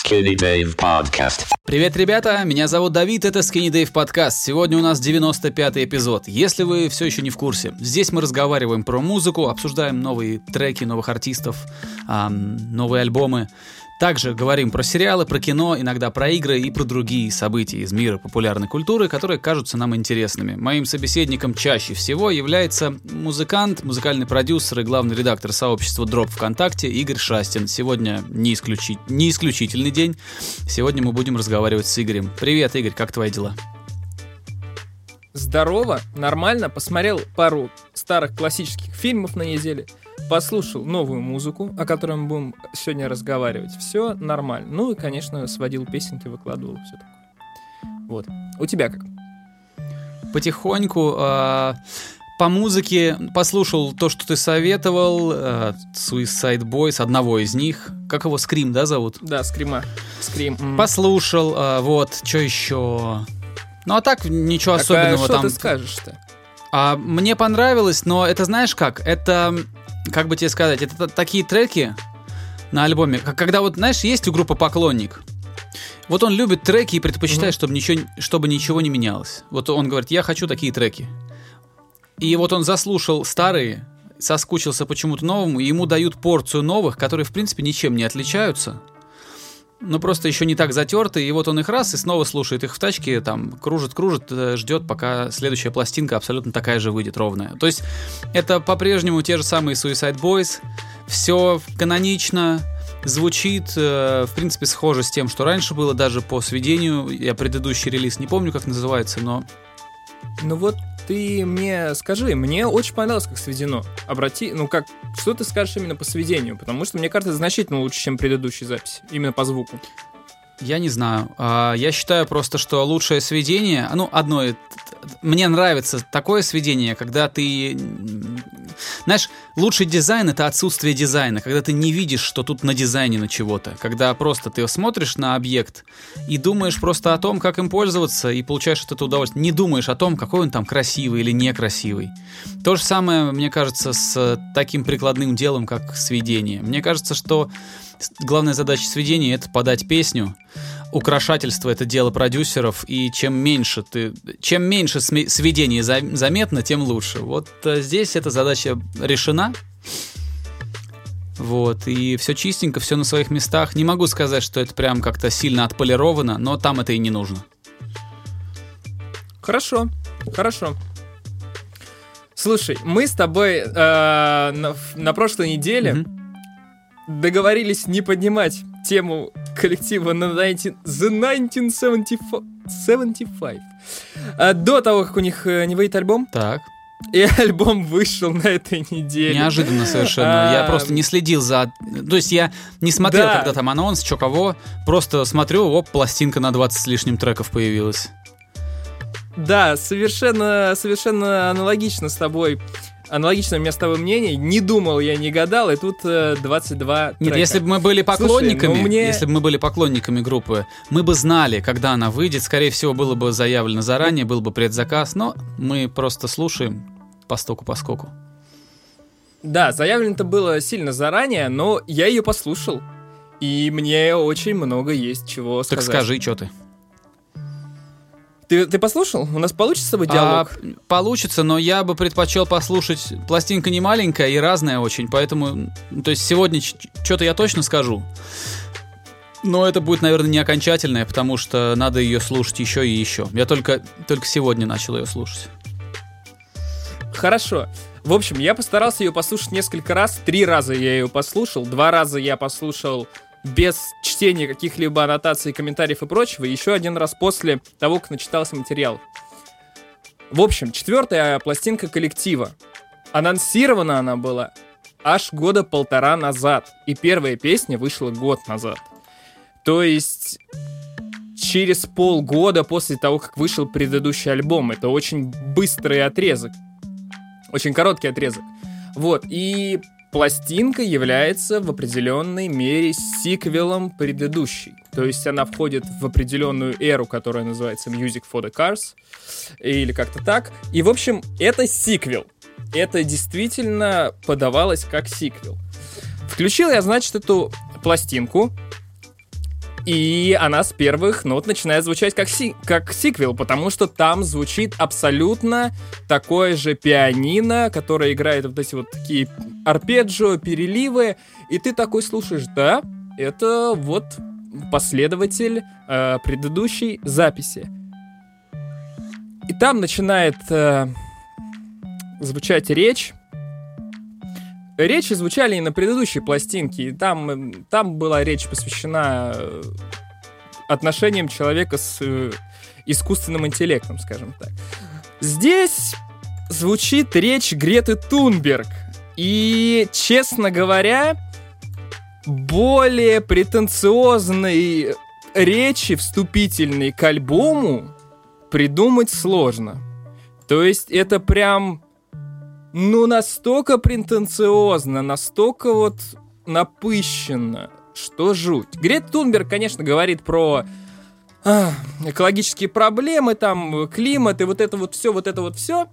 Skinny Dave Podcast. Привет, ребята, меня зовут Давид, это Skinny Dave Podcast. Сегодня у нас 95-й эпизод. Если вы все еще не в курсе, здесь мы разговариваем про музыку, обсуждаем новые треки, новых артистов, новые альбомы. Также говорим про сериалы, про кино, иногда про игры и про другие события из мира популярной культуры, которые кажутся нам интересными. Моим собеседником чаще всего является музыкант, музыкальный продюсер и главный редактор сообщества Drop ВКонтакте Игорь Шастин. Сегодня не исключительный день. Сегодня мы будем разговаривать с Игорем. Привет, Игорь, как твои дела? Здорово, нормально. Посмотрел пару старых классических фильмов на неделе. Послушал новую музыку, о которой мы будем сегодня разговаривать. Все нормально. Ну и, конечно, сводил песенки, выкладывал, все такое. Вот. У тебя как? Потихоньку. По музыке послушал то, что ты советовал. Suicide Boys, одного из них. Как его, Скрим, да, зовут? Да, Скрима. Скрим. Послушал. Вот, что еще? Ну, а так ничего особенного что там. Что ты скажешь-то? Мне понравилось, но это знаешь как? Это... Как бы тебе сказать, это такие треки на альбоме, когда вот, знаешь, есть у группы поклонник. Вот он любит треки и предпочитает, чтобы ничего не менялось. Вот он говорит, я хочу такие треки. И вот он заслушал старые, соскучился почему-то новому, и ему дают порцию новых, которые, в принципе, ничем не отличаются, но просто еще не так затерты, и вот он их раз и снова слушает их в тачке, там, кружит, ждет, пока следующая пластинка абсолютно такая же выйдет, ровная. То есть это по-прежнему те же самые Suicide Boys, все канонично, звучит, в принципе, схоже с тем, что раньше было, даже по сведению. Я предыдущий релиз не помню, как называется, но... Ну вот ты мне скажи, мне очень понравилось, как сведено. Что ты скажешь именно по сведению? Потому что, мне кажется, значительно лучше, чем предыдущая запись. Именно по звуку. Я не знаю. Я считаю просто, что лучшее сведение... Мне нравится такое сведение, когда ты... Знаешь, лучший дизайн — это отсутствие дизайна, когда ты не видишь, что тут надизайнено чего-то. Когда просто ты смотришь на объект и думаешь просто о том, как им пользоваться, и получаешь от этого удовольствие. Не думаешь о том, какой он там красивый или некрасивый. То же самое, мне кажется, с таким прикладным делом, как сведение. Мне кажется, что главная задача сведения — это подать песню. Украшательство — это дело продюсеров, и чем меньше сведений заметно, тем лучше. Вот здесь эта задача решена. Вот, и все чистенько, все на своих местах. Не могу сказать, что это прям как-то сильно отполировано, но там это и не нужно. Хорошо. Слушай, мы с тобой на прошлой неделе договорились не поднимать тему коллектива The 1975 до того, как у них не выйдет альбом. Так. И альбом вышел на этой неделе. Неожиданно совершенно. Я просто не следил за... То есть я не смотрел, когда там анонс, что кого. Просто смотрю, пластинка на 20 с лишним треков появилась. Да, совершенно аналогично с тобой. Аналогично у меня с тобой мнение. Не думал я, не гадал, и тут 22 трека. Нет, если бы мы были поклонниками группы, мы бы знали, когда она выйдет. Скорее всего, было бы заявлено заранее, был бы предзаказ, но мы просто слушаем постоку-поскоку. Да, заявлено-то было сильно заранее, но я ее послушал, и мне очень много есть чего сказать. Так скажи, что ты. Ты послушал? У нас получится с тобой диалог? Получится, но я бы предпочел послушать. Пластинка не маленькая и разная очень, поэтому... То есть сегодня что-то я точно скажу. Но это будет, наверное, не окончательное, потому что надо ее слушать еще и еще. Я только сегодня начал ее слушать. Хорошо. В общем, я постарался ее послушать несколько раз. 3 раза я ее послушал. 2 раза я послушал без чтения каких-либо аннотаций, комментариев и прочего. И еще 1 раз после того, как начитался материал. В общем, 4-я пластинка коллектива. Анонсирована она была аж 1.5 года назад. И первая песня вышла год назад. То есть через полгода после того, как вышел предыдущий альбом. Это очень быстрый отрезок. Очень короткий отрезок. Вот, и пластинка является в определенной мере сиквелом предыдущей. То есть она входит в определенную эру, которая называется Music for the Cars. Или как-то так. И, в общем, это сиквел. Это действительно подавалось как сиквел. Включил я, значит, эту пластинку. И она с первых нот начинает звучать как сиквел, потому что там звучит абсолютно такое же пианино, которое играет вот эти вот такие арпеджио, переливы, и ты такой слушаешь, да, это вот последователь предыдущей записи. И там начинает звучать речь. Речи звучали и на предыдущей пластинке. И там была речь посвящена отношениям человека с искусственным интеллектом, скажем так. Здесь звучит речь Греты Тунберг. И, честно говоря, более претенциозной речи вступительной к альбому придумать сложно. То есть это прям... настолько претенциозно, настолько вот напыщенно, что жуть. Грета Тунберг, конечно, говорит про экологические проблемы, там, климат и вот это вот все.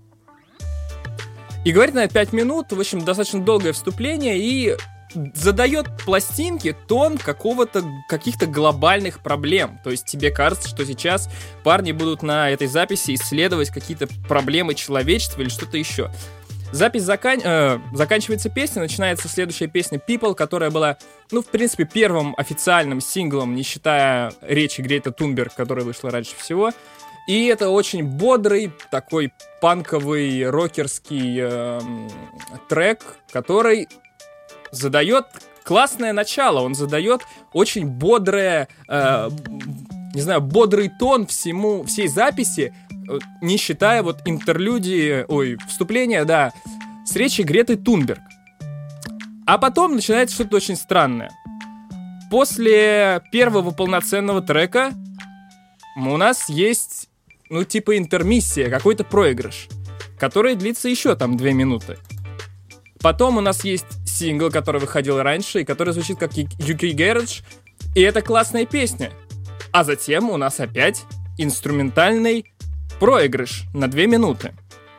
И говорит на это 5 минут, в общем, достаточно долгое вступление, и задает пластинке тон каких-то глобальных проблем. То есть тебе кажется, что сейчас парни будут на этой записи исследовать какие-то проблемы человечества или что-то еще. Запись заканчивается песня, начинается следующая песня People, которая была, в принципе, первым официальным синглом, не считая речи Греты Тунберг, которая вышла раньше всего. И это очень бодрый, такой панковый, рокерский трек, который задает классное начало, он задает очень бодрое, бодрый тон всей записи, не считая вот вступления, да, с речи Греты Тунберг. А потом начинается что-то очень странное. После первого полноценного трека у нас есть, интермиссия, какой-то проигрыш, который длится еще там 2 минуты. Потом у нас есть сингл, который выходил раньше, и который звучит как UK Garage, и это классная песня. А затем у нас опять инструментальный проигрыш на 2 минуты.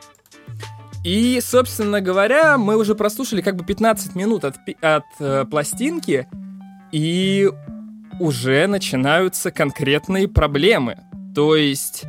И, собственно говоря, мы уже прослушали 15 минут от пластинки, и уже начинаются конкретные проблемы. То есть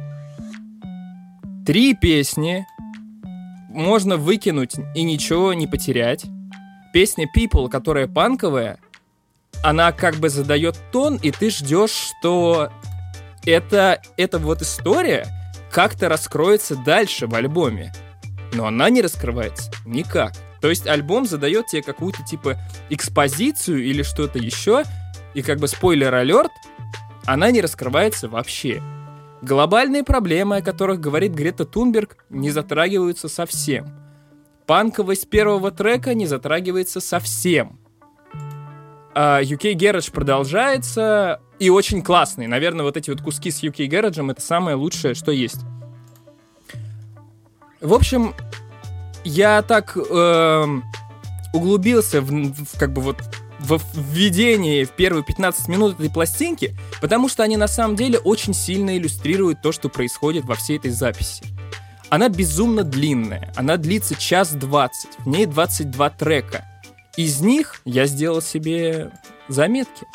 3 песни можно выкинуть и ничего не потерять. Песня People, которая панковая, она задает тон, и ты ждешь, что эта вот история как-то раскроется дальше в альбоме. Но она не раскрывается никак. То есть альбом задает тебе какую-то экспозицию или что-то еще, и спойлер-алерт, она не раскрывается вообще. Глобальные проблемы, о которых говорит Грета Тунберг, не затрагиваются совсем. Панковость первого трека не затрагивается совсем. UK Garage продолжается, и очень классный. Наверное, вот эти вот куски с UK Garage это самое лучшее, что есть. В общем, я так углубился в введение в первые 15 минут этой пластинки, потому что они на самом деле очень сильно иллюстрируют то, что происходит во всей этой записи. Она безумно длинная, она длится 1:20, в ней 22 трека. Из них я сделал себе заметки.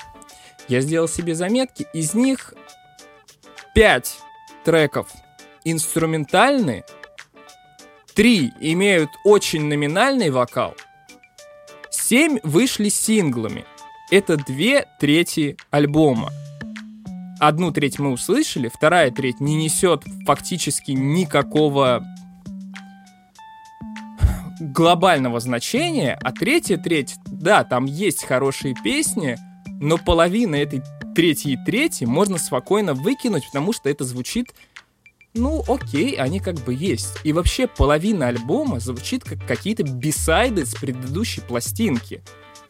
Из них 5 треков инструментальные, 3 имеют очень номинальный вокал, 7 вышли синглами. Это 2/3 альбома. 1/3 мы услышали, 2/3 не несет фактически никакого глобального значения, а 3/3, да, там есть хорошие песни, но половина этой 3/3 можно спокойно выкинуть, потому что это звучит, окей, они есть. И вообще половина альбома звучит как какие-то бисайды с предыдущей пластинки.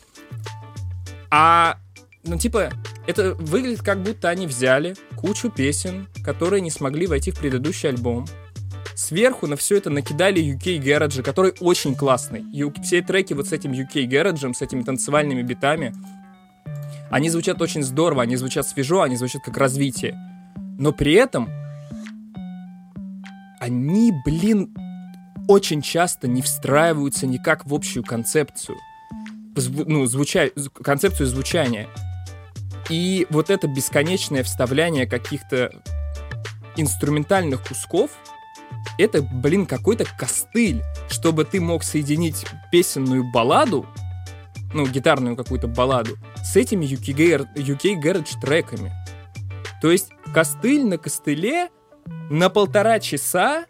Это выглядит как будто они взяли кучу песен, которые не смогли войти в предыдущий альбом. Сверху на все это накидали UK Garage, который очень классный. Все треки вот с этим UK Garage, с этими танцевальными битами, они звучат очень здорово, они звучат свежо, они звучат как развитие. Но при этом они, очень часто не встраиваются никак в общую концепцию. Концепцию звучания. И вот это бесконечное вставляние каких-то инструментальных кусков, это, какой-то костыль, чтобы ты мог соединить песенную балладу, гитарную какую-то балладу, с этими UK Garage треками. То есть костыль на костыле на 1,5 часа,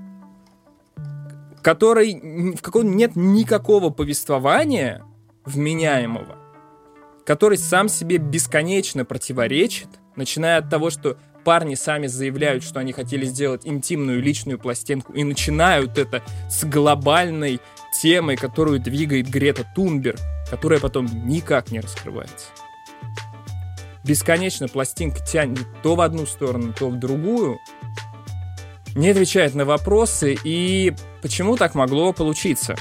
в котором нет никакого повествования вменяемого, который сам себе бесконечно противоречит, начиная от того, что парни сами заявляют, что они хотели сделать интимную личную пластинку, и начинают это с глобальной темой, которую двигает Грета Тунберг, которая потом никак не раскрывается. Бесконечно пластинка тянет то в одну сторону, то в другую, не отвечает на вопросы, и почему так могло получиться?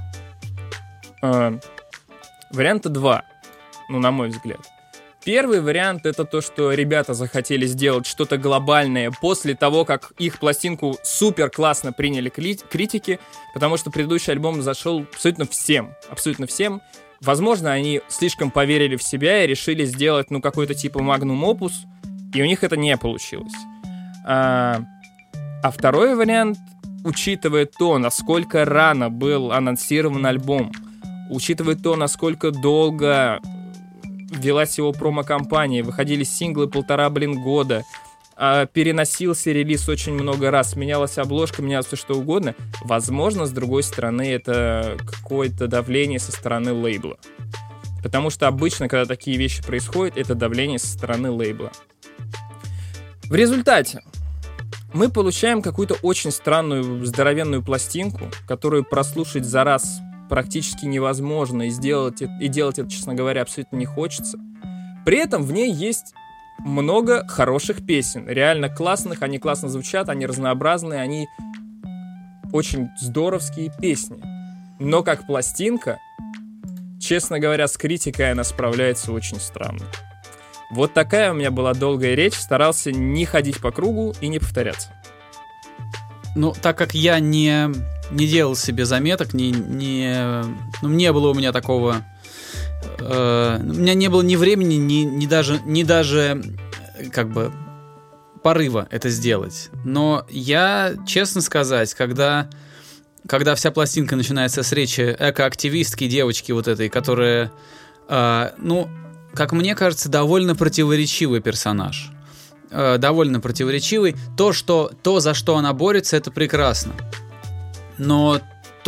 Варианта 2, на мой взгляд. Первый вариант — это то, что ребята захотели сделать что-то глобальное после того, как их пластинку супер классно приняли критики, потому что предыдущий альбом зашел абсолютно всем. Возможно, они слишком поверили в себя и решили сделать, какой-то типа Magnum Opus, и у них это не получилось. А второй вариант, учитывая то, насколько рано был анонсирован альбом, учитывая то, насколько долго велась его промо-компания, выходили синглы 1,5 года, переносился релиз очень много раз, менялась обложка, менялось все что угодно. Возможно, с другой стороны, это какое-то давление со стороны лейбла. Потому что обычно, когда такие вещи происходят, это давление со стороны лейбла. В результате мы получаем какую-то очень странную, здоровенную пластинку, которую прослушать за раз практически невозможно, и делать это, честно говоря, абсолютно не хочется. При этом в ней есть много хороших песен, реально классных, они классно звучат, они разнообразные, они очень здоровские песни. Но как пластинка, честно говоря, с критикой она справляется очень странно. Вот такая у меня была долгая речь, старался не ходить по кругу и не повторяться. Так как я не делал себе заметок, не было у меня такого... у меня не было ни времени, ни даже как бы порыва это сделать. Но я, честно сказать, когда вся пластинка начинается с речи экоактивистки, девочки вот этой, которая, как мне кажется, довольно противоречивый персонаж. Довольно противоречивый. То, за что она борется, это прекрасно. Но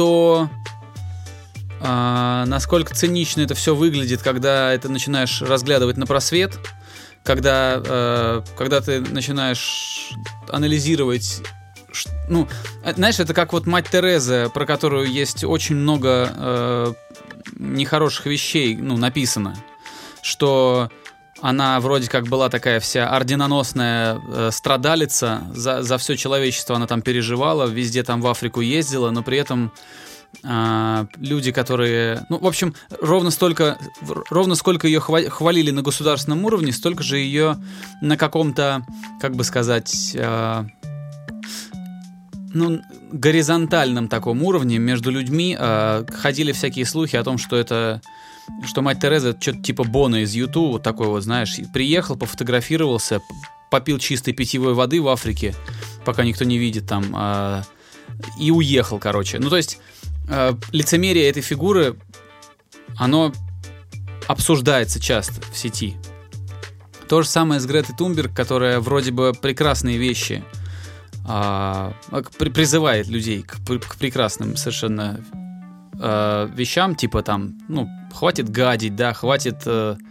насколько цинично это все выглядит, когда это начинаешь разглядывать на просвет, когда ты начинаешь анализировать, знаешь, это как вот мать Тереза, про которую есть очень много нехороших вещей, написано, что она вроде как была такая вся орденоносная страдалица, за все человечество она там переживала, везде там в Африку ездила, но при этом люди, которые... в общем, ровно сколько ее хвалили на государственном уровне, столько же ее на каком-то, как бы сказать, горизонтальном таком уровне между людьми ходили всякие слухи о том, что мать Тереза что-то типа Бона из YouTube, вот такой вот, знаешь, приехал, пофотографировался, попил чистой питьевой воды в Африке, пока никто не видит там, и уехал, короче. То есть лицемерие этой фигуры, оно обсуждается часто в сети. То же самое с Гретой Тунберг, которая вроде бы прекрасные вещи призывает людей к прекрасным совершенно вещам, типа там, хватит гадить, да, хватит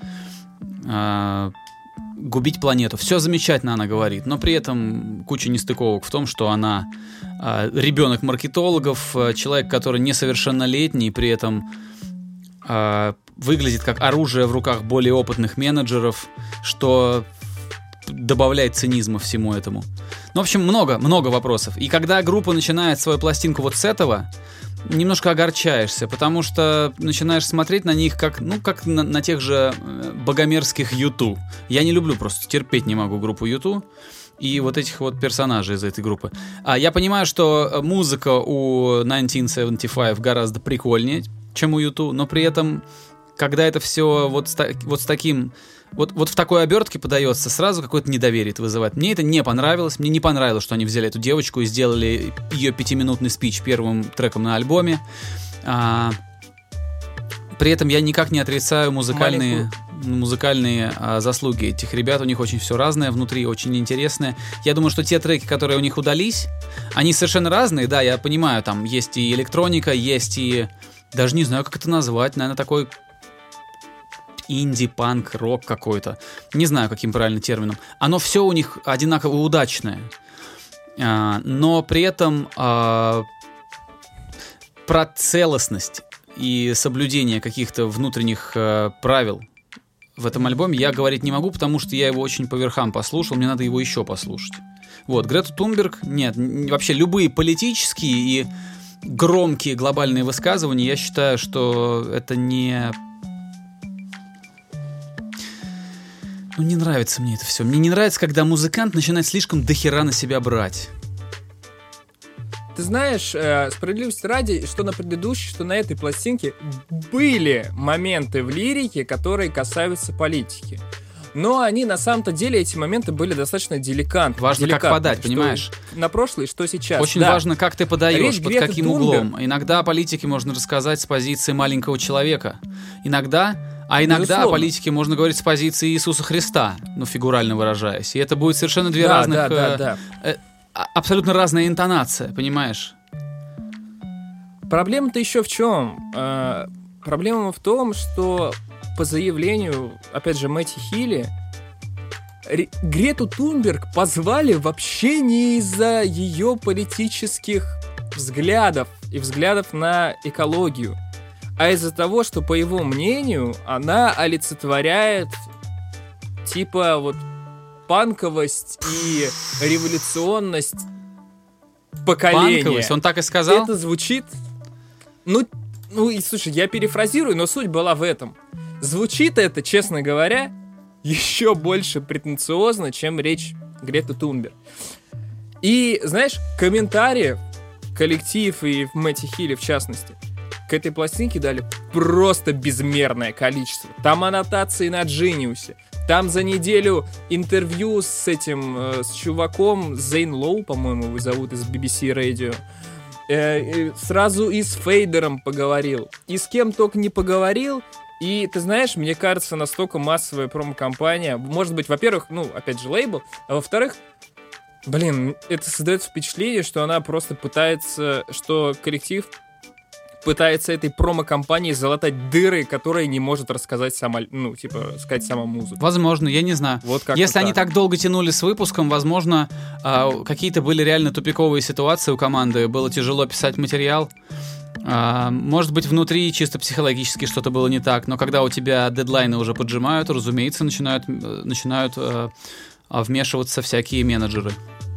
губить планету. Все замечательно, она говорит, но при этом куча нестыковок в том, что она ребенок маркетологов, человек, который несовершеннолетний, при этом выглядит как оружие в руках более опытных менеджеров, что добавляет цинизма всему этому. В общем, много вопросов. И когда группа начинает свою пластинку вот с этого, немножко огорчаешься, потому что начинаешь смотреть на них как на тех же богомерзких U2. Я не люблю, просто терпеть не могу группу U2 и вот этих вот персонажей из этой группы. Я понимаю, что музыка у 1975 гораздо прикольнее, чем у U2, но при этом, когда это все вот с таким вот в такой обертке подается, сразу какое-то недоверие это вызывает. Мне это не понравилось. Мне не понравилось, что они взяли эту девочку и сделали ее 5-минутный спич первым треком на альбоме. При этом я никак не отрицаю музыкальные заслуги этих ребят. У них очень все разное внутри, очень интересное. Я думаю, что те треки, которые у них удались, они совершенно разные. Да, я понимаю, там есть и электроника, есть и... Даже не знаю, как это назвать. Наверное, такой инди-панк, рок какой-то. Не знаю, каким правильным термином. Оно все у них одинаково удачное. Но при этом про целостность и соблюдение каких-то внутренних правил в этом альбоме я говорить не могу, потому что я его очень по верхам послушал, мне надо его еще послушать. Вот, Грету Тунберг, нет, вообще любые политические и громкие глобальные высказывания, я считаю, что это не... Ну, не нравится мне это все. Мне не нравится, когда музыкант начинает слишком дохера на себя брать. Ты знаешь, справедливости ради, что на предыдущей, что на этой пластинке были моменты в лирике, которые касаются политики. Но они, на самом-то деле, эти моменты были достаточно деликатны. Важно, как подать, понимаешь? На прошлое, что сейчас. Очень важно, как ты подаешь, под Греты каким Тунберг. углом. Иногда о политике можно рассказать с позиции маленького человека. Иногда о Безусловно. политике можно говорить с позиции Иисуса Христа, ну, фигурально выражаясь. И это будет совершенно две разных... абсолютно разная интонация, понимаешь? Проблема-то еще в чем? Проблема в том, что по заявлению, опять же, Мэтти Хилли, Грету Тунберг позвали вообще не из-за ее политических взглядов и взглядов на экологию, а из-за того, что, по его мнению, она олицетворяет типа вот панковость и революционность поколения. Панковость, он так и сказал? Это звучит... Ну и слушай, я перефразирую, но суть была в этом. Звучит это, честно говоря, еще больше претенциозно, чем речь Греты Тунберг. И, знаешь, комментариев коллектив и Мэтти Хилли в частности к этой пластинке дали просто безмерное количество. Там аннотации на Genius, там за неделю интервью с этим, с чуваком, Зейн Лоу, по-моему, его зовут, из BBC Radio. Сразу и с Фейдером поговорил, и с кем только не поговорил. И, ты знаешь, мне кажется, настолько массовая промо-компания. Может быть, во-первых, ну, опять же, лейбл, а во-вторых, блин, это создает впечатление, что она просто пытается, что коллектив пытается этой промо-компании залатать дыры, которые не может рассказать сама, ну, типа, сказать сама музыка. Возможно, я не знаю. Вот как если они так долго тянули с выпуском, возможно, какие-то были реально тупиковые ситуации у команды, было тяжело писать материал. Может быть, внутри чисто психологически что-то было не так, но когда у тебя дедлайны уже поджимают, разумеется, начинают вмешиваться всякие менеджеры.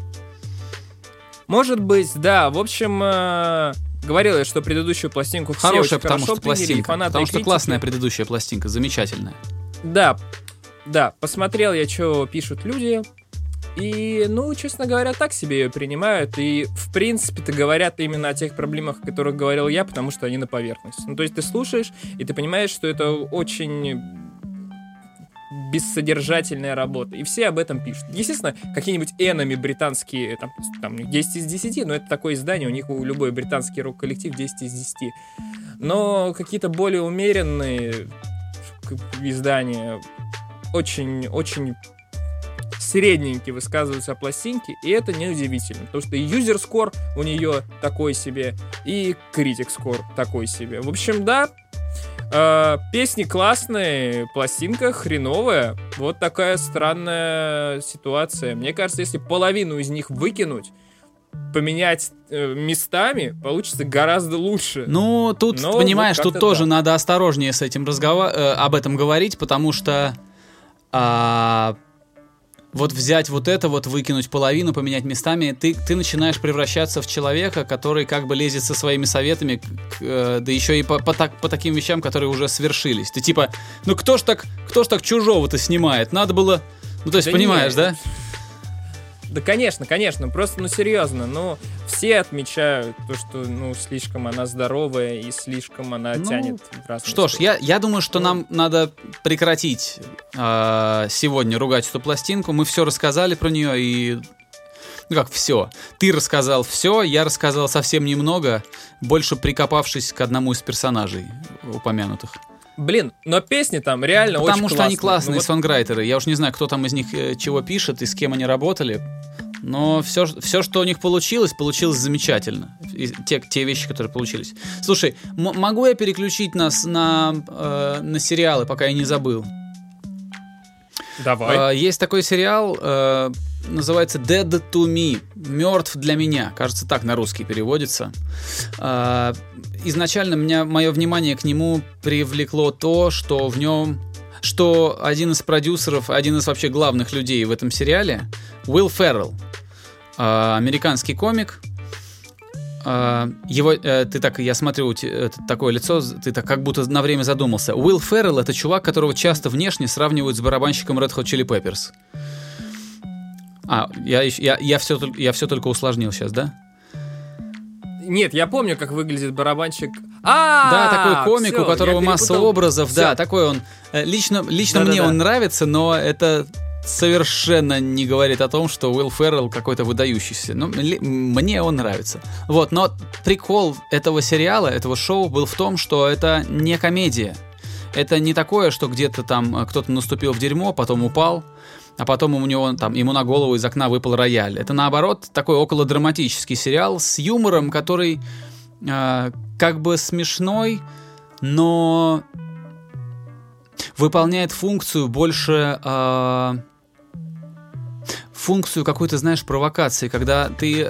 Может быть, да. В общем, говорил я, что предыдущую пластинку все хорошая, очень хорошо что приняли, пластинка, фанаты потому и что критики. классная предыдущая пластинка, замечательная. Да, посмотрел я, что пишут люди. И, ну, честно говоря, так себе ее принимают. И, в принципе-то, говорят именно о тех проблемах, о которых говорил я, потому что они на поверхности. Ну, то есть ты слушаешь, и ты понимаешь, что это очень бессодержательная работа. И все об этом пишут. Естественно, какие-нибудь энами британские, там 10 из 10, но это такое издание, у них у любой британский рок-коллектив 10 из 10. Но какие-то более умеренные издания очень средненькие высказываются о пластинке, и это неудивительно, потому что и юзер-скор у нее такой себе, и критик-скор такой себе. В общем, да, песни классные, пластинка хреновая. Вот такая странная ситуация. Мне кажется, если половину из них выкинуть, поменять местами, получится гораздо лучше. Ну, тут, но понимаешь, вот тут как-то тоже так. Надо осторожнее с этим об этом говорить, потому что вот взять вот это, вот выкинуть половину, поменять местами, ты начинаешь превращаться в человека, который как бы лезет со своими советами, да еще и по таким вещам, которые уже свершились. Ты типа, ну кто ж так чужого-то снимает? Надо было... Ну, то есть, Да понимаешь, нет. да? Да, конечно, просто, серьезно, все отмечают то, что, слишком она здоровая и слишком она тянет в разные Что ж, стороны. я думаю, что нам надо прекратить сегодня ругать эту пластинку. Мы все рассказали про нее и... все. Ты рассказал все, я рассказал совсем немного, больше прикопавшись к одному из персонажей упомянутых. Блин, но песни там реально очень классные. Потому что они классные сонграйтеры. Я уж не знаю, кто там из них чего пишет и с кем они работали. Но все, что у них получилось замечательно. Те вещи, которые получились. Слушай, могу я переключить нас на сериалы, пока я не забыл? Давай. Есть такой сериал, называется Dead to Me. Мертв для меня. Кажется, так на русский переводится. Изначально мое внимание к нему привлекло то, что в нем... Что один из продюсеров, один из вообще главных людей в этом сериале, Уилл Феррелл, американский комик. Я смотрю, такое лицо, ты так как будто на время задумался. Уилл Феррелл — это чувак, которого часто внешне сравнивают с барабанщиком Red Hot Chili Peppers. Я все только усложнил сейчас, да? Нет, я помню, как выглядит барабанщик. Да, такой комик, у которого масса образов. Все. Да, такой он. Лично мне он нравится, но это совершенно не говорит о том, что Уилл Феррелл какой-то выдающийся. Но мне он нравится. Вот, но прикол этого сериала, этого шоу был в том, что это не комедия. Это не такое, что где-то там кто-то наступил в дерьмо, потом упал, а потом ему на голову из окна выпал рояль. Это, наоборот, такой околодраматический сериал с юмором, который как бы смешной, но выполняет функцию больше... функцию какой-то, знаешь, провокации, когда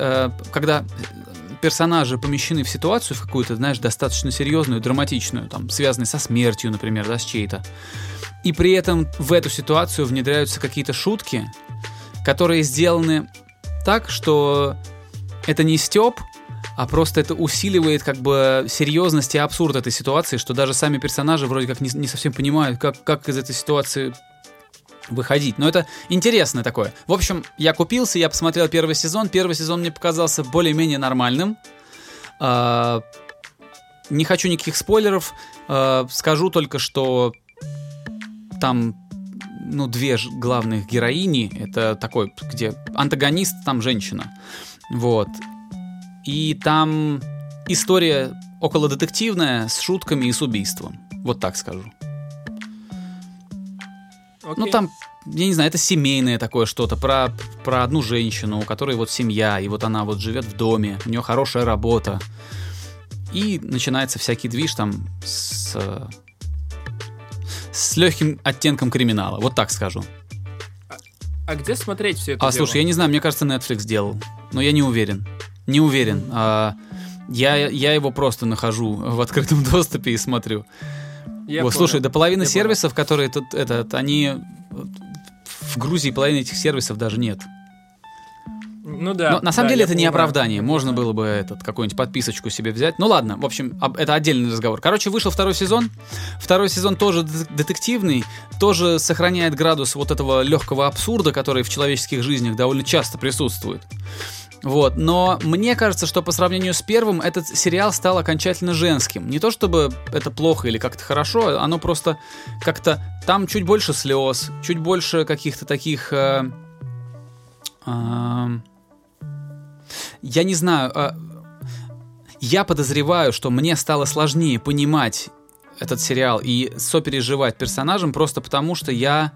персонажи помещены в ситуацию, в какую-то, знаешь, достаточно серьезную, драматичную, там, связанную со смертью, например, да, с чьей-то. И при этом в эту ситуацию внедряются какие-то шутки, которые сделаны так, что это не стёб, а просто это усиливает как бы серьезность и абсурд этой ситуации, что даже сами персонажи вроде как не совсем понимают, как из этой ситуации выходить. Но это интересное такое. В общем, я купился, я посмотрел первый сезон. Первый сезон мне показался более-менее нормальным. Не хочу никаких спойлеров. Скажу только, что там, две главных героини. Это такой, где антагонист, там женщина. Вот. И там история околодетективная, с шутками и с убийством. Вот так скажу. Там, я не знаю, это семейное такое что-то, про одну женщину, у которой вот семья, и вот она вот живет в доме, у нее хорошая работа. И начинается всякий движ там с легким оттенком криминала, вот так скажу. А где смотреть все это дело? Слушай, я не знаю, мне кажется, Netflix сделал, но я не уверен. Не уверен. Я его просто нахожу в открытом доступе и смотрю. Слушай, до половины сервисов, которые тут, они в Грузии половины этих сервисов даже нет. Ну да. Но на самом деле это не понимаю. оправдание. Можно было бы какую-нибудь подписочку себе взять. Ну ладно, в общем, это отдельный разговор. Короче, вышел второй сезон. Второй сезон тоже детективный, тоже сохраняет градус вот этого легкого абсурда, который в человеческих жизнях довольно часто присутствует. Вот, но мне кажется, что по сравнению с первым этот сериал стал окончательно женским. Не то чтобы это плохо или как-то хорошо, оно просто как-то... Там чуть больше слез, чуть больше каких-то таких... я не знаю... я подозреваю, что мне стало сложнее понимать этот сериал и сопереживать персонажам просто потому, что я...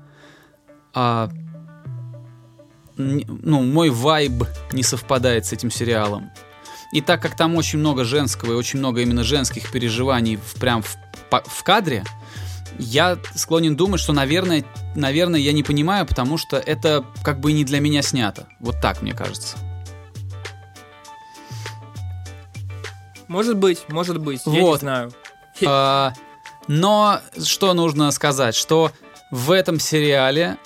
мой вайб не совпадает с этим сериалом. И так как там очень много женского и очень много именно женских переживаний прям в кадре, я склонен думать, что, наверное, я не понимаю, потому что это как бы не для меня снято. Вот так мне кажется. Может быть, я не знаю. Но что нужно сказать, что в этом сериале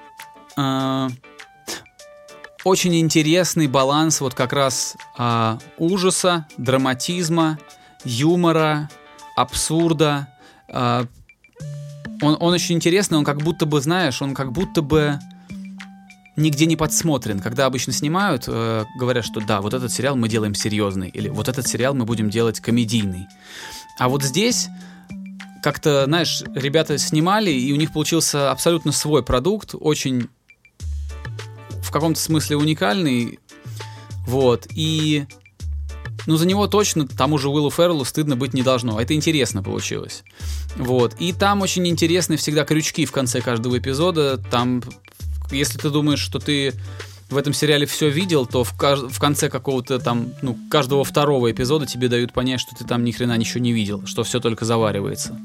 очень интересный баланс вот как раз ужаса, драматизма, юмора, абсурда. Он очень интересный, он как будто бы, знаешь, нигде не подсмотрен. Когда обычно снимают, говорят, что да, вот этот сериал мы делаем серьезный, или вот этот сериал мы будем делать комедийный. А вот здесь как-то, знаешь, ребята снимали, и у них получился абсолютно свой продукт, очень в каком-то смысле уникальный. Вот, и за него точно тому же Уиллу Ферреллу стыдно быть не должно. Это интересно получилось. Вот, и там очень интересные всегда крючки в конце каждого эпизода. Там, если ты думаешь, что ты в этом сериале все видел, то в конце какого-то там, каждого второго эпизода тебе дают понять, что ты там ни хрена ничего не видел, что все только заваривается.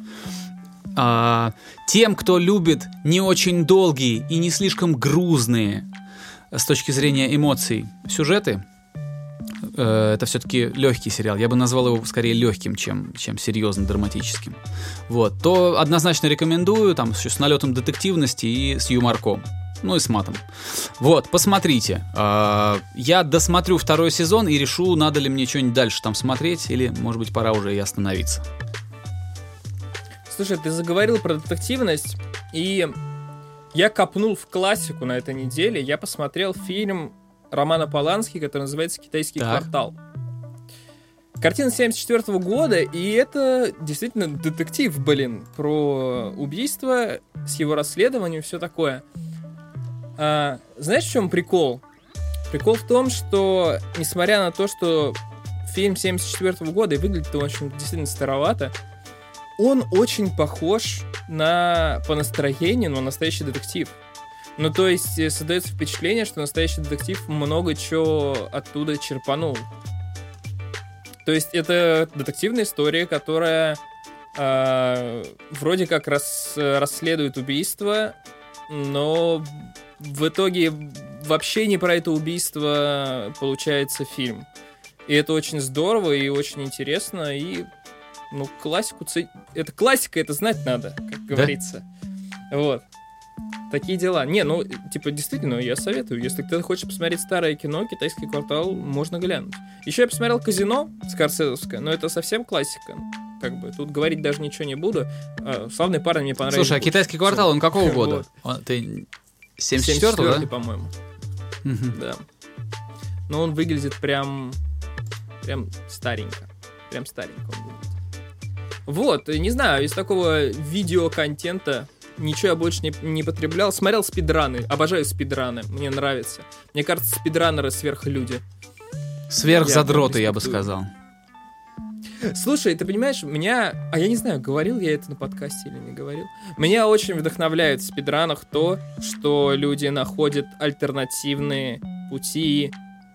Тем, кто любит не очень долгие и не слишком грузные с точки зрения эмоций сюжеты, это все-таки легкий сериал. Я бы назвал его скорее легким, чем серьезно драматическим. Вот. То однозначно рекомендую, там с налетом детективности и с юморком. И с матом. Вот, посмотрите. Я досмотрю второй сезон и решу, надо ли мне что-нибудь дальше там смотреть, или, может быть, пора уже и остановиться. Слушай, ты заговорил про детективность, и я копнул в классику на этой неделе. Я посмотрел фильм Романа Полански, который называется «Китайский квартал». Картина 1974 года, и это действительно детектив, про убийство с его расследованием и все такое. Знаешь, в чем прикол? Прикол в том, что, несмотря на то, что фильм 1974 года и выглядит он, в общем, действительно старовато, он очень похож по настроению на настоящий детектив. То есть создается впечатление, что настоящий детектив много чего оттуда черпанул. То есть это детективная история, которая вроде как расследует убийство, но в итоге вообще не про это убийство получается фильм. И это очень здорово и очень интересно, и классику... Это классика, это знать надо, как говорится. Вот. Такие дела. Действительно, я советую. Если кто-то хочет посмотреть старое кино, «Китайский квартал» можно глянуть. Еще я посмотрел «Казино» скорсезовское, но это совсем классика. Тут говорить даже ничего не буду. «Славный парень» мне понравился. Слушай, а «Китайский квартал», он какого года? Ты 74-го, да? По-моему. Да. Но он выглядит прям старенько. Прям старенько он выглядит. Вот, не знаю, из такого видеоконтента ничего я больше не потреблял. Смотрел спидраны. Обожаю спидраны. Мне нравится. Мне кажется, спидранеры сверхлюди. Сверхзадроты, я бы сказал. Слушай, ты понимаешь, я не знаю, говорил я это на подкасте или не говорил. Меня очень вдохновляет в спидранах то, что люди находят альтернативные пути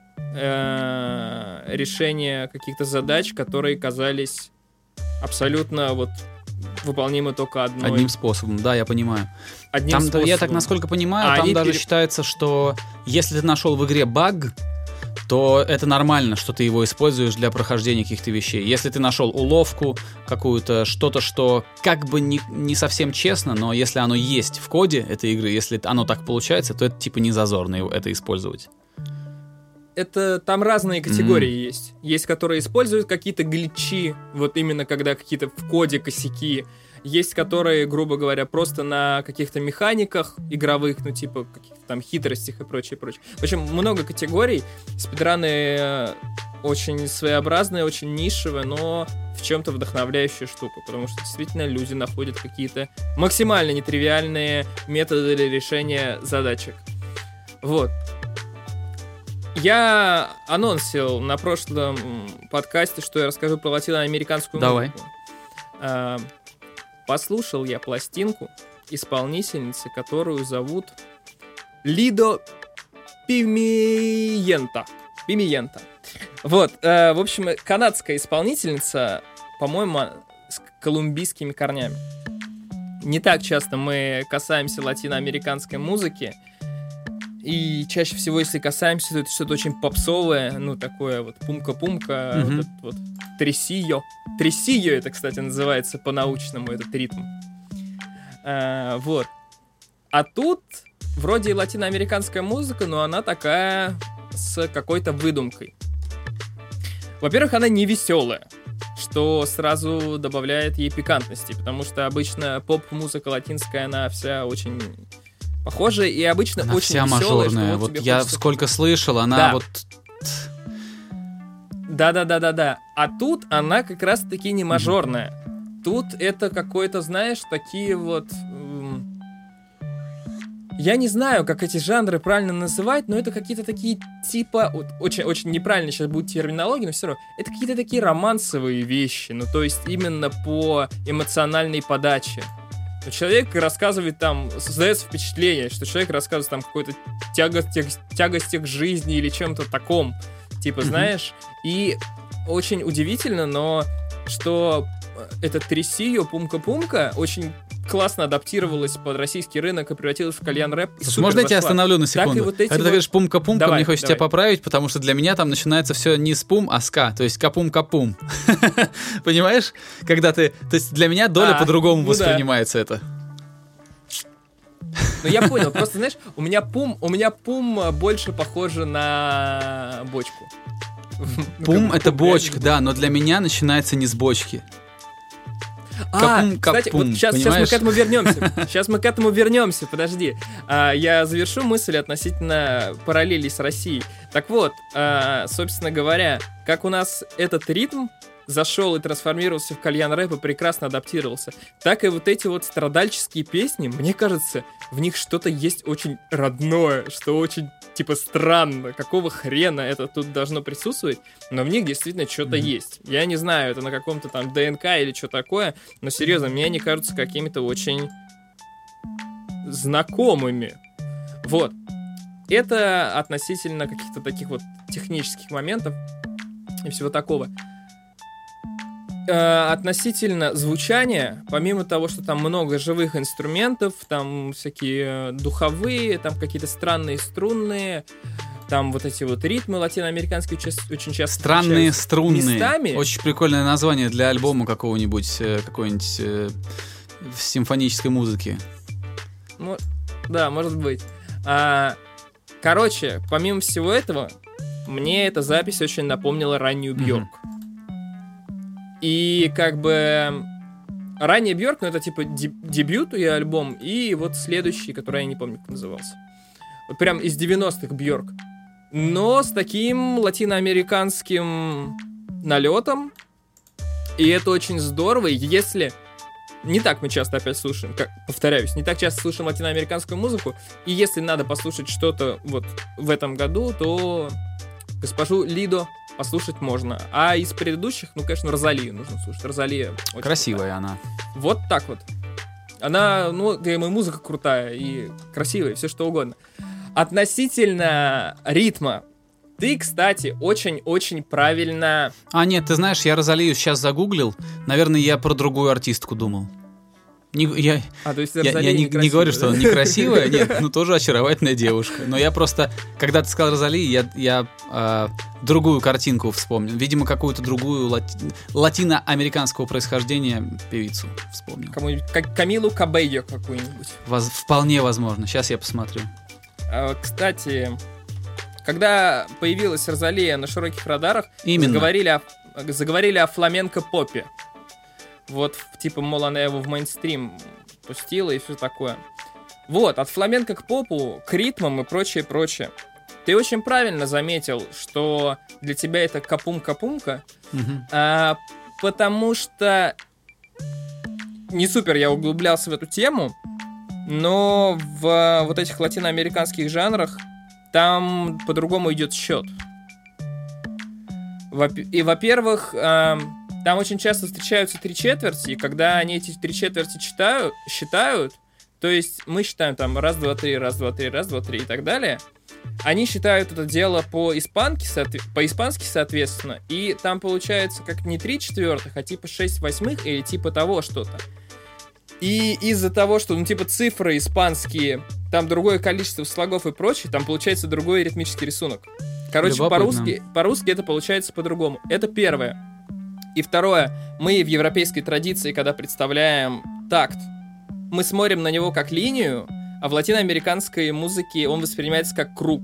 решения каких-то задач, которые казались абсолютно выполнимы только одним способом, да, я понимаю. Одним способом. Я так, насколько понимаю, там даже считается, что если ты нашел в игре баг, то это нормально, что ты его используешь для прохождения каких-то вещей. Если ты нашел уловку какую-то, что-то, что как бы не совсем честно, но если оно есть в коде этой игры, если оно так получается, то это типа не зазорно это использовать. Там разные категории есть. Есть, которые используют какие-то гличи, именно когда какие-то в коде косяки. Есть, которые, грубо говоря, просто на каких-то механиках игровых, каких-то там хитростях и прочее, прочее. В общем, много категорий. Спидраны очень своеобразные, очень нишевые, но в чем-то вдохновляющая штука, потому что действительно люди находят какие-то максимально нетривиальные методы для решения задачек. Вот. Я анонсил на прошлом подкасте, что я расскажу про латиноамериканскую музыку. Послушал я пластинку исполнительницы, которую зовут Лидо Пимиента. Вот, в общем, канадская исполнительница, по-моему, с колумбийскими корнями. Не так часто мы касаемся латиноамериканской музыки. И чаще всего, если касаемся, то это что-то очень попсовое, такое пумка-пумка, тресио. Тресио это, кстати, называется по-научному, этот ритм. Вот. А тут вроде латиноамериканская музыка, но она такая с какой-то выдумкой. Во-первых, она не веселая, что сразу добавляет ей пикантности, потому что обычно поп-музыка латинская, она вся очень похожая и обычно Она очень вся веселая. мажорная. Вот тебе я хочется... сколько слышал, она Да. вот... Да. А тут она как раз-таки не мажорная. Тут это какой-то, знаешь, такие вот... Я не знаю, как эти жанры правильно называть, но это какие-то такие типа... Вот, очень неправильно сейчас будет терминология, но все равно. Это какие-то такие романсовые вещи. Ну, то есть именно по эмоциональной подаче. Но человек рассказывает там... Создается впечатление, что человек рассказывает там какой-то тягостях жизни или чем-то таком. Типа, знаешь... И очень удивительно, но что эта Трисио Пумка-Пумка очень классно адаптировалась под российский рынок и превратилась в кальян-рэп. Слушай, можно я тебя остановлю на секунду? Вот эти Когда ты говоришь пумка-пумка, Давай, мне хочется давай. тебя поправить, потому что для меня там начинается все не с пум, а с ка, то есть капум-капум. Понимаешь? Когда ты... То есть для меня доля по-другому ну да. воспринимается это. Ну я понял, просто знаешь, у меня пум больше похоже на бочку. Пум — это бочка, да, но для меня начинается не с бочки. Кстати, вот сейчас мы к этому вернемся. Сейчас мы к этому вернемся, подожди. Я завершу мысль относительно параллелей с Россией. Так вот, собственно говоря, как у нас этот ритм зашел и трансформировался в кальян-рэп и прекрасно адаптировался, так и вот эти вот страдальческие песни, мне кажется, в них что-то есть очень родное, что очень, типа, странно. Какого хрена это тут должно присутствовать? Но в них действительно что-то есть. Я не знаю, это на каком-то там ДНК или что такое, но серьезно, мне они кажутся какими-то очень знакомыми. Вот. Это относительно каких-то таких вот технических моментов и всего такого. Относительно звучания, помимо того, что там много живых инструментов, там всякие духовые, там какие-то странные струнные, там вот эти вот ритмы латиноамериканские очень часто странные струнные. Местами. Очень прикольное название для альбома какого-нибудь, какой-нибудь симфонической музыки. Ну, да, может быть. Короче, помимо всего этого, мне эта запись очень напомнила раннюю Бьорк. И как бы ранее Бьорк, ну это типа дебют ее альбом, и вот следующий, который я не помню, как назывался. Вот прям из 90-х Бьорк. Но с таким латиноамериканским налетом. И это очень здорово. И если... Не так мы часто опять слушаем, повторяюсь, не так часто слушаем латиноамериканскую музыку. И если надо послушать что-то вот в этом году, то госпожу Лидо послушать можно. А из предыдущих, ну, конечно, Розалию нужно слушать. Розалия очень красивая крутая. она. Вот так вот. Она, ну, и музыка крутая, и красивая, все что угодно. Относительно ритма. Ты, кстати, очень-очень правильно... Нет, ты знаешь, я Розалию сейчас загуглил. Наверное, я про другую артистку думал. то есть Я не говорю, что она некрасивая, нет, ну тоже очаровательная девушка. Но я просто, когда ты сказал Розалии, я другую картинку вспомнил. Видимо, какую-то другую латиноамериканского происхождения певицу вспомнил. Кому-нибудь, как Камилу Кабейо какую-нибудь. Вполне возможно. Сейчас я посмотрю. Кстати, когда появилась Розалия на широких радарах, заговорили о фламенко-попе. Вот, типа, мол, она его в мейнстрим пустила и все такое. Вот, от фламенко к попу, к ритмам и прочее. Ты очень правильно заметил, что для тебя это капум-капумка, потому что не супер я углублялся в эту тему, но в вот этих латиноамериканских жанрах там по-другому идет счет. И, во-первых, там очень часто встречаются 3/4, и когда они эти 3/4 считают, то есть мы считаем там раз, два, три, раз, два, три, раз, два, три и так далее, они считают это дело по-испански, соответственно, и там получается как не 3/4, а типа 6/8 или типа того что-то. И из-за того, что, ну, типа, цифры испанские, там другое количество слогов и прочее, там получается другой ритмический рисунок. Короче, по-русски это получается по-другому. Это первое. И второе, мы в европейской традиции, когда представляем такт, мы смотрим на него как линию, а в латиноамериканской музыке он воспринимается как круг.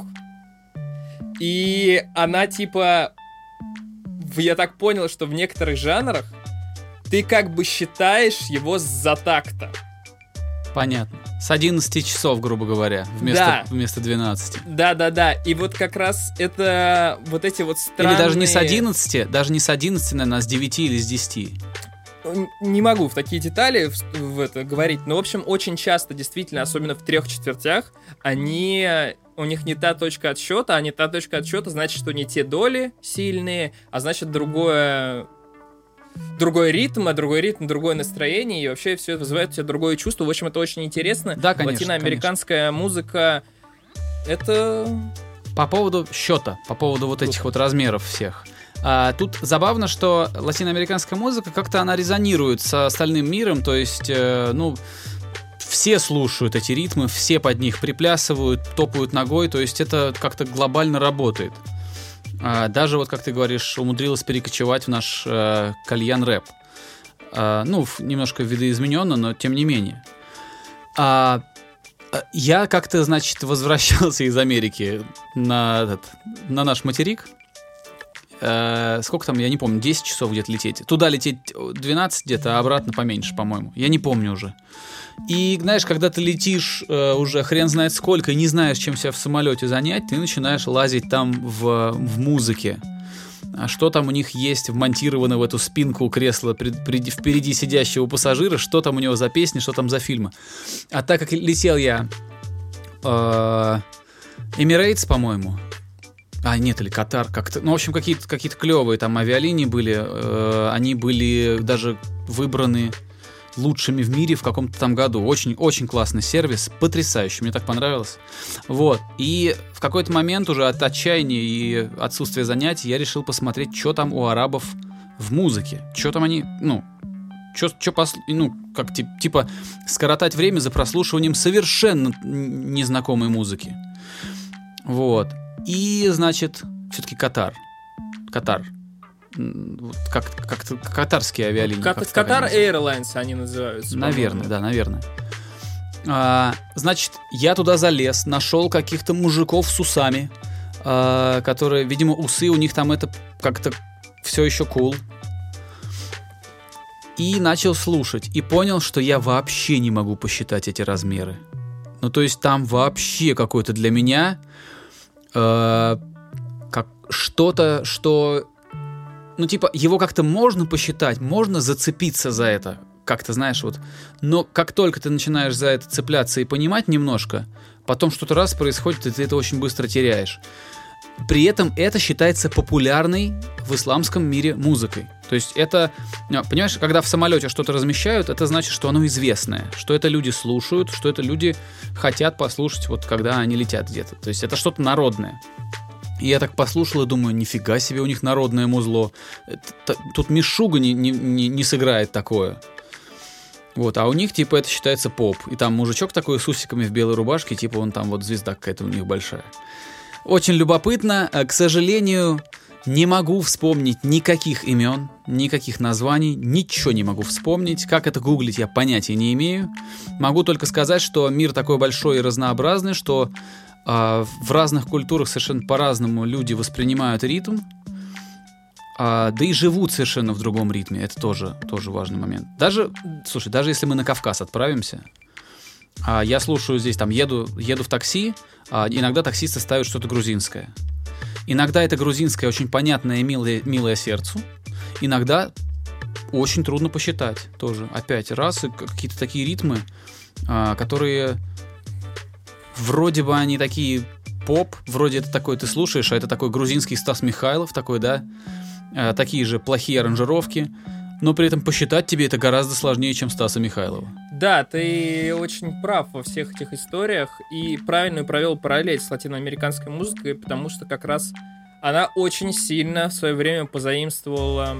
И она, типа, я так понял, что в некоторых жанрах ты как бы считаешь его за такта. Понятно. С 11 часов, грубо говоря, вместо 12. Да. И вот как раз это вот эти вот странные... Или даже не с 11, наверное, а с 9 или с 10. Не могу в такие детали в это говорить, но, в общем, очень часто, действительно, особенно в 3 четвертях, у них не та точка отсчета, а не та точка отсчета значит, что не те доли сильные, а значит, другой ритм, другое настроение, и вообще все это вызывает у тебя другое чувство. В общем, это очень интересно. Да, конечно. Латиноамериканская музыка, это... По поводу счета, по поводу вот этих вот размеров всех. Тут забавно, что латиноамериканская музыка как-то она резонирует с остальным миром, то есть, все слушают эти ритмы, все под них приплясывают, топают ногой, то есть это как-то глобально работает. Даже, вот как ты говоришь, умудрилась перекочевать в наш кальян-рэп. Немножко видоизмененно, но тем не менее. Я как-то, значит, возвращался из Америки на наш материк. Сколько там, я не помню, 10 часов где-то лететь. Туда лететь 12 где-то, а обратно поменьше, по-моему. Я не помню уже. И, знаешь, когда ты летишь уже хрен знает сколько и не знаешь, чем себя в самолете занять, ты начинаешь лазить там в музыке. А что там у них есть вмонтировано в эту спинку кресла впереди сидящего пассажира, что там у него за песни, что там за фильмы. А так как летел я Emirates, по-моему, нет, или Катар как-то. В общем, какие-то клевые там авиалинии были. Они были даже выбраны лучшими в мире в каком-то там году. Очень классный сервис, потрясающий, мне так понравилось. Вот, и в какой-то момент уже от отчаяния и отсутствия занятий я решил посмотреть, что там у арабов в музыке. Что там они, типа скоротать время за прослушиванием совершенно незнакомой музыки. Вот. И, значит, все-таки Катар. Как-то катарские авиалинии. Катар Airlines они называются. Наверное, да, наверное. Значит, я туда залез, нашел каких-то мужиков с усами, которые, видимо, усы у них там это как-то все еще cool. И начал слушать. И понял, что я вообще не могу посчитать эти размеры. То есть там вообще какой-то для меня... как что-то, что... его как-то можно посчитать, можно зацепиться за это, как-то, знаешь, вот. Но как только ты начинаешь за это цепляться и понимать немножко, потом что-то раз происходит, и ты это очень быстро теряешь. При этом это считается популярной в исламском мире музыкой. То есть это, понимаешь, когда в самолете что-то размещают, это значит, что оно известное, что это люди слушают, что это люди хотят послушать, вот когда они летят где-то. То есть это что-то народное. И я так послушал и думаю, нифига себе у них народное музло. Тут Мишуга не сыграет такое. Вот, а у них, типа, это считается поп. И там мужичок такой с усиками в белой рубашке, типа, он там вот звезда какая-то у них большая. Очень любопытно. К сожалению, не могу вспомнить никаких имен, никаких названий, ничего не могу вспомнить. Как это гуглить, я понятия не имею. Могу только сказать, что мир такой большой и разнообразный, что в разных культурах совершенно по-разному люди воспринимают ритм, да и живут совершенно в другом ритме. Это тоже важный момент. Даже если мы на Кавказ отправимся, я слушаю здесь, там, еду в такси, иногда таксисты ставят что-то грузинское. Иногда это грузинское очень понятное и милое сердцу. Иногда очень трудно посчитать тоже. Опять раз, и какие-то такие ритмы, которые вроде бы они такие поп, вроде это такой ты слушаешь, а это такой грузинский Стас Михайлов, такой, да, такие же плохие аранжировки, но при этом посчитать тебе это гораздо сложнее, чем Стаса Михайлова. Да, ты очень прав во всех этих историях и правильно провел параллель с латиноамериканской музыкой, потому что как раз она очень сильно в свое время позаимствовала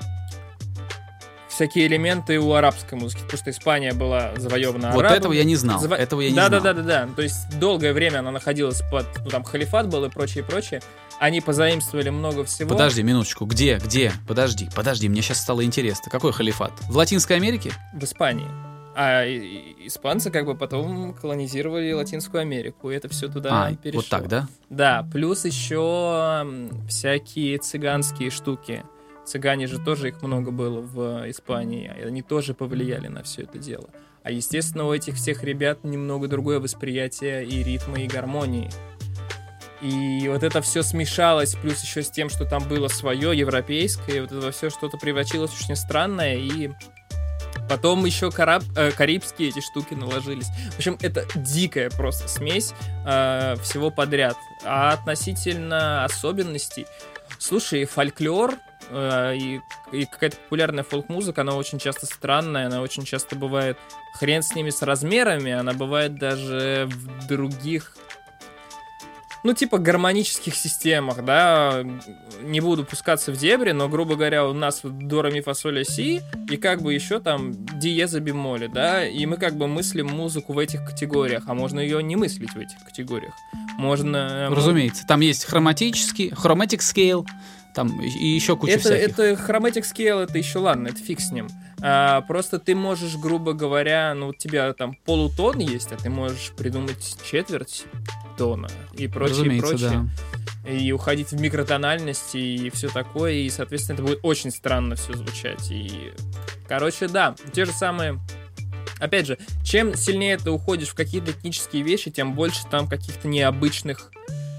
всякие элементы у арабской музыки, потому что Испания была завоевана арабами. Вот этого я не знал. Да. То есть долгое время она находилась под, халифат был и прочее. Они позаимствовали много всего. Подожди, минуточку. Где? Подожди, мне сейчас стало интересно. Какой халифат? В Латинской Америке? В Испании. А испанцы потом колонизировали Латинскую Америку, и это все туда перешло. Вот так, да? Да, плюс еще всякие цыганские штуки. Цыгане же тоже, их много было в Испании, они тоже повлияли на все это дело. А, естественно, у этих всех ребят немного другое восприятие и ритма, и гармонии. И вот это все смешалось, плюс еще с тем, что там было свое, европейское, и вот это все что-то превратилось в очень странное, и потом еще карибские эти штуки наложились. В общем, это дикая просто смесь всего подряд. А относительно особенностей, слушай, фольклор и какая-то популярная фолк-музыка, она очень часто странная, она очень часто бывает, хрен с ними с размерами, она бывает даже в других, ну, типа гармонических системах, да, не буду пускаться в дебри, но, грубо говоря, у нас до, ре, ми, фа, соль, ля, си, и как бы еще там диеза, бемоли, да, и мы как бы мыслим музыку в этих категориях, а можно ее не мыслить в этих категориях. Можно... Разумеется, там есть хроматический, chromatic scale, там и еще куча всяких. Это chromatic scale, это еще ладно, это фиг с ним. Просто ты можешь, грубо говоря, ну, у тебя там полутон есть, а ты можешь придумать четверть тона и прочее, прочее. Да. И уходить в микротональности и все такое, и, соответственно, это будет очень странно все звучать. И, короче, да, те же самые... Опять же, чем сильнее ты уходишь в какие-то этнические вещи, тем больше там каких-то необычных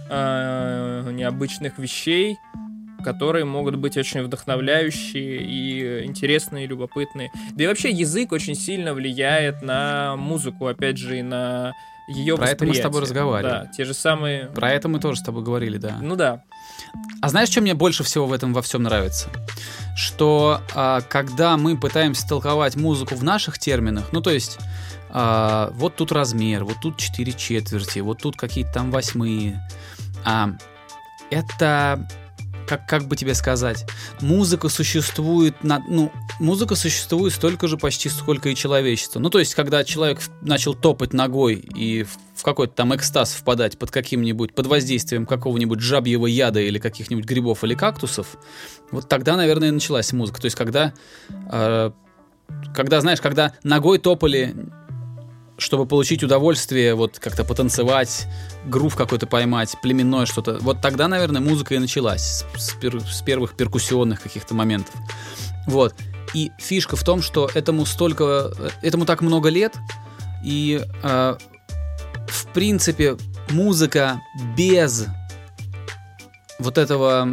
вещей, которые могут быть очень вдохновляющие и интересные, и любопытные. Да и вообще язык очень сильно влияет на музыку, опять же, и на ее восприятие. Про это мы с тобой разговаривали. Да, те же самые... Про это мы тоже с тобой говорили, да. Ну да. А знаешь, что мне больше всего в этом во всем нравится? Что когда мы пытаемся толковать музыку в наших терминах, ну то есть вот тут размер, вот тут 4/4, вот тут какие-то там 1/8, это... Как бы тебе сказать, музыка существует столько же почти, сколько и человечество. Ну, то есть, когда человек начал топать ногой и в какой-то там экстаз впадать под воздействием какого-нибудь жабьего яда или каких-нибудь грибов или кактусов, вот тогда, наверное, и началась музыка. То есть, когда ногой топали, чтобы получить удовольствие, вот как-то потанцевать, грув какой-то поймать, племенное что-то. Вот тогда, наверное, музыка и началась с первых перкуссионных каких-то моментов. Вот. И фишка в том, что этому так много лет, и в принципе музыка без вот этого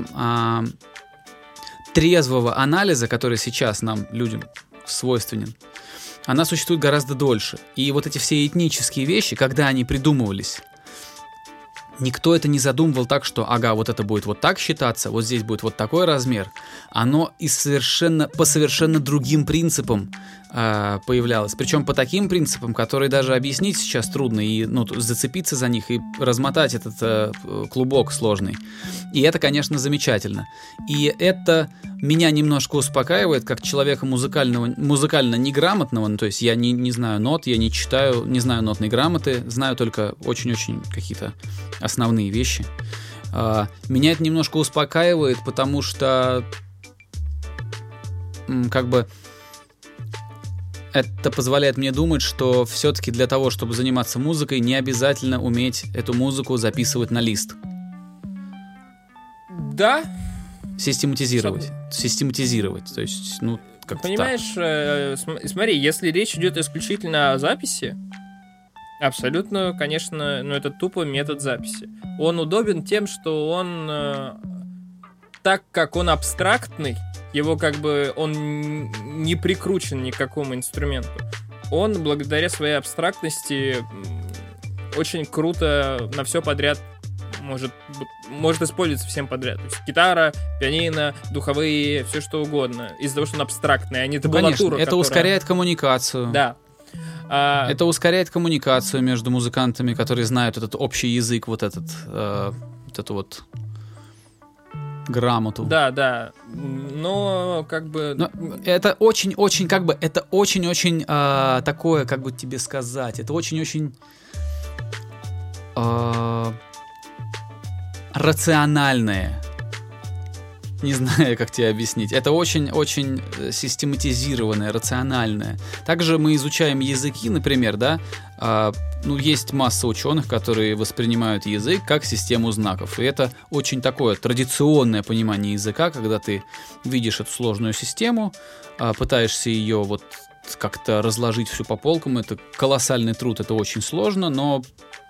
трезвого анализа, который сейчас нам, людям, свойственен, она существует гораздо дольше. И вот эти все этнические вещи, когда они придумывались, никто это не задумывал так, что, ага, вот это будет вот так считаться, вот здесь будет вот такой размер. Оно по совершенно другим принципам появлялось. Причем по таким принципам, которые даже объяснить сейчас трудно, и зацепиться за них и размотать этот клубок сложный. И это, конечно, замечательно. И это меня немножко успокаивает, как человека музыкально неграмотного. Ну, то есть я не знаю нот, я не знаю нотной грамоты, знаю только очень-очень какие-то основные вещи. Меня это немножко успокаивает, потому что как бы это позволяет мне думать, что все-таки для того, чтобы заниматься музыкой, не обязательно уметь эту музыку записывать на лист. Да. Систематизировать. То есть, как-то понимаешь, смотри, если речь идет исключительно о записи, абсолютно, конечно, это тупо метод записи. Он удобен тем, что он, так как он абстрактный, его как бы он не прикручен ни к какому инструменту. Он, благодаря своей абстрактности, очень круто на все подряд может использоваться всем подряд. То есть гитара, пианино, духовые, все что угодно. Из-за того, что он абстрактный, а не табулатура. Конечно, это ускоряет коммуникацию. Да. Это ускоряет коммуникацию между музыкантами, которые знают этот общий язык, вот эту вот грамоту. Да. Но как бы... Но это очень-очень, как бы, это очень-очень такое, как бы тебе сказать, это очень-очень рациональное. Не знаю, как тебе объяснить. Это очень-очень систематизированное, рациональное. Также мы изучаем языки, например, да. Есть масса ученых, которые воспринимают язык как систему знаков. И это очень такое традиционное понимание языка, когда ты видишь эту сложную систему, пытаешься ее вот как-то разложить все по полкам. Это колоссальный труд, это очень сложно, но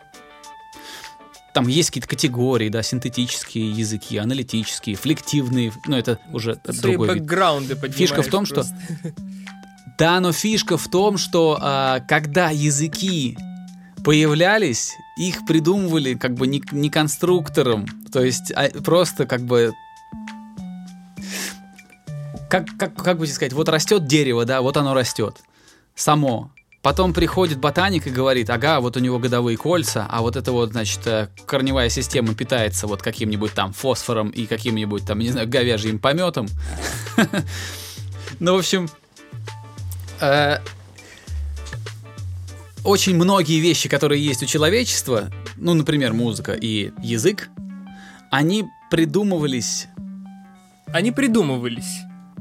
там есть какие-то категории, да, синтетические языки, аналитические, флективные, но это уже другой вид. Бэкграунды поднимаешь. Фишка в том, что... Да, но фишка в том, что когда языки появлялись, их придумывали как бы не конструктором, то есть просто как бы... Как бы сказать, вот растет дерево, да, вот оно растет само. Потом приходит ботаник и говорит, ага, вот у него годовые кольца, а вот это вот, значит, корневая система питается вот каким-нибудь там фосфором и каким-нибудь там, не знаю, говяжьим пометом. Ну, в общем, очень многие вещи, которые есть у человечества, ну, например, музыка и язык, они придумывались... Они придумывались.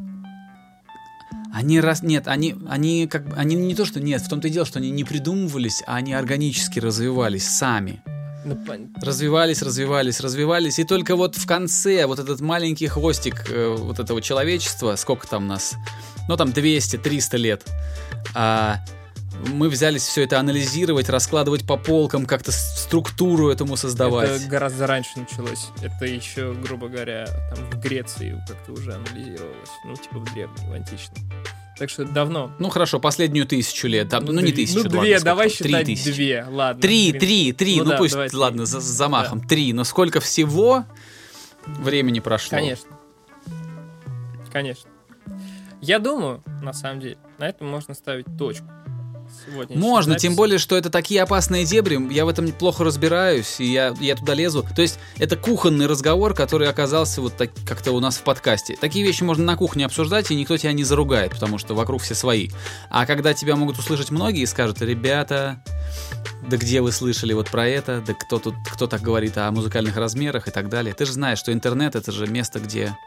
Нет, они как бы, они не то, что нет, в том-то и дело, что они не придумывались, а они органически развивались сами. Развивались, и только вот в конце вот этот маленький хвостик вот этого человечества, сколько там нас, ну там 200-300 лет, мы взялись все это анализировать, раскладывать по полкам, как-то структуру этому создавать. Это гораздо раньше началось. Это еще, грубо говоря, там в Греции как-то уже анализировалось. Ну, типа в древнем, в античном. Так что давно. Ну, хорошо, последнюю 1000 лет. Там, ну, не 1000, ну, 2, ладно, давай сколько? считать 3000. 2, ладно. 3, ну да, пусть, давай, 3. ладно, с замахом, да. 3, но сколько всего времени прошло? Конечно. Я думаю, на самом деле, на этом можно ставить точку. Можно, тем более, что это такие опасные дебри, я в этом плохо разбираюсь, и я туда лезу. То есть это кухонный разговор, который оказался вот так, как-то у нас в подкасте. Такие вещи можно на кухне обсуждать, и никто тебя не заругает, потому что вокруг все свои. А когда тебя могут услышать многие и скажут, ребята, да где вы слышали вот про это, да кто так говорит о музыкальных размерах и так далее. Ты же знаешь, что интернет — это же место, где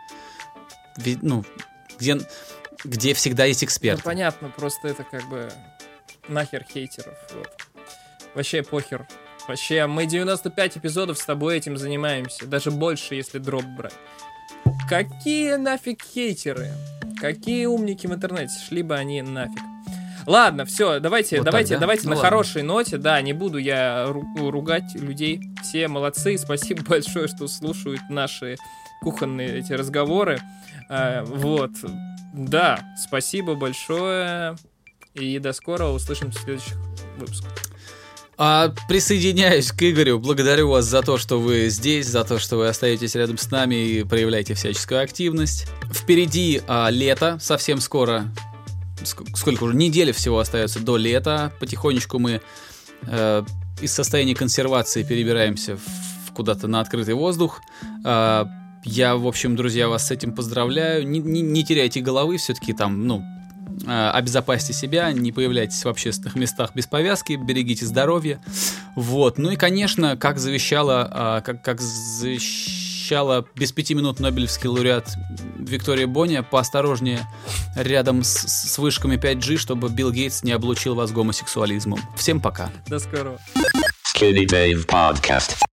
всегда есть эксперт. Ну, понятно, просто это как бы... Нахер хейтеров, вот. Вообще похер. Вообще, мы 95 эпизодов с тобой этим занимаемся. Даже больше, если дроп брать. Какие нафиг хейтеры? Какие умники в интернете? Шли бы они нафиг. Ладно, все, давайте ну, на хорошей ноте. Да, не буду я ругать людей. Все молодцы. Спасибо большое, что слушают наши кухонные эти разговоры. Вот. Да, спасибо большое. И до скорого, услышимся в следующих выпусках. Присоединяюсь к Игорю, благодарю вас за то, что вы здесь, за то, что вы остаетесь рядом с нами и проявляете всяческую активность. Впереди лето, совсем скоро, сколько уже, недели всего остается до лета. Потихонечку мы из состояния консервации перебираемся куда-то на открытый воздух. Я, в общем, друзья, вас с этим поздравляю. Не теряйте головы, все-таки там, обезопасьте себя, не появляйтесь в общественных местах без повязки, берегите здоровье. Вот. Ну и, конечно, как завещала без 5 минут Нобелевский лауреат Виктория Боня, поосторожнее рядом с вышками 5G, чтобы Билл Гейтс не облучил вас гомосексуализмом. Всем пока. До скорого. Skinny Dave Podcast.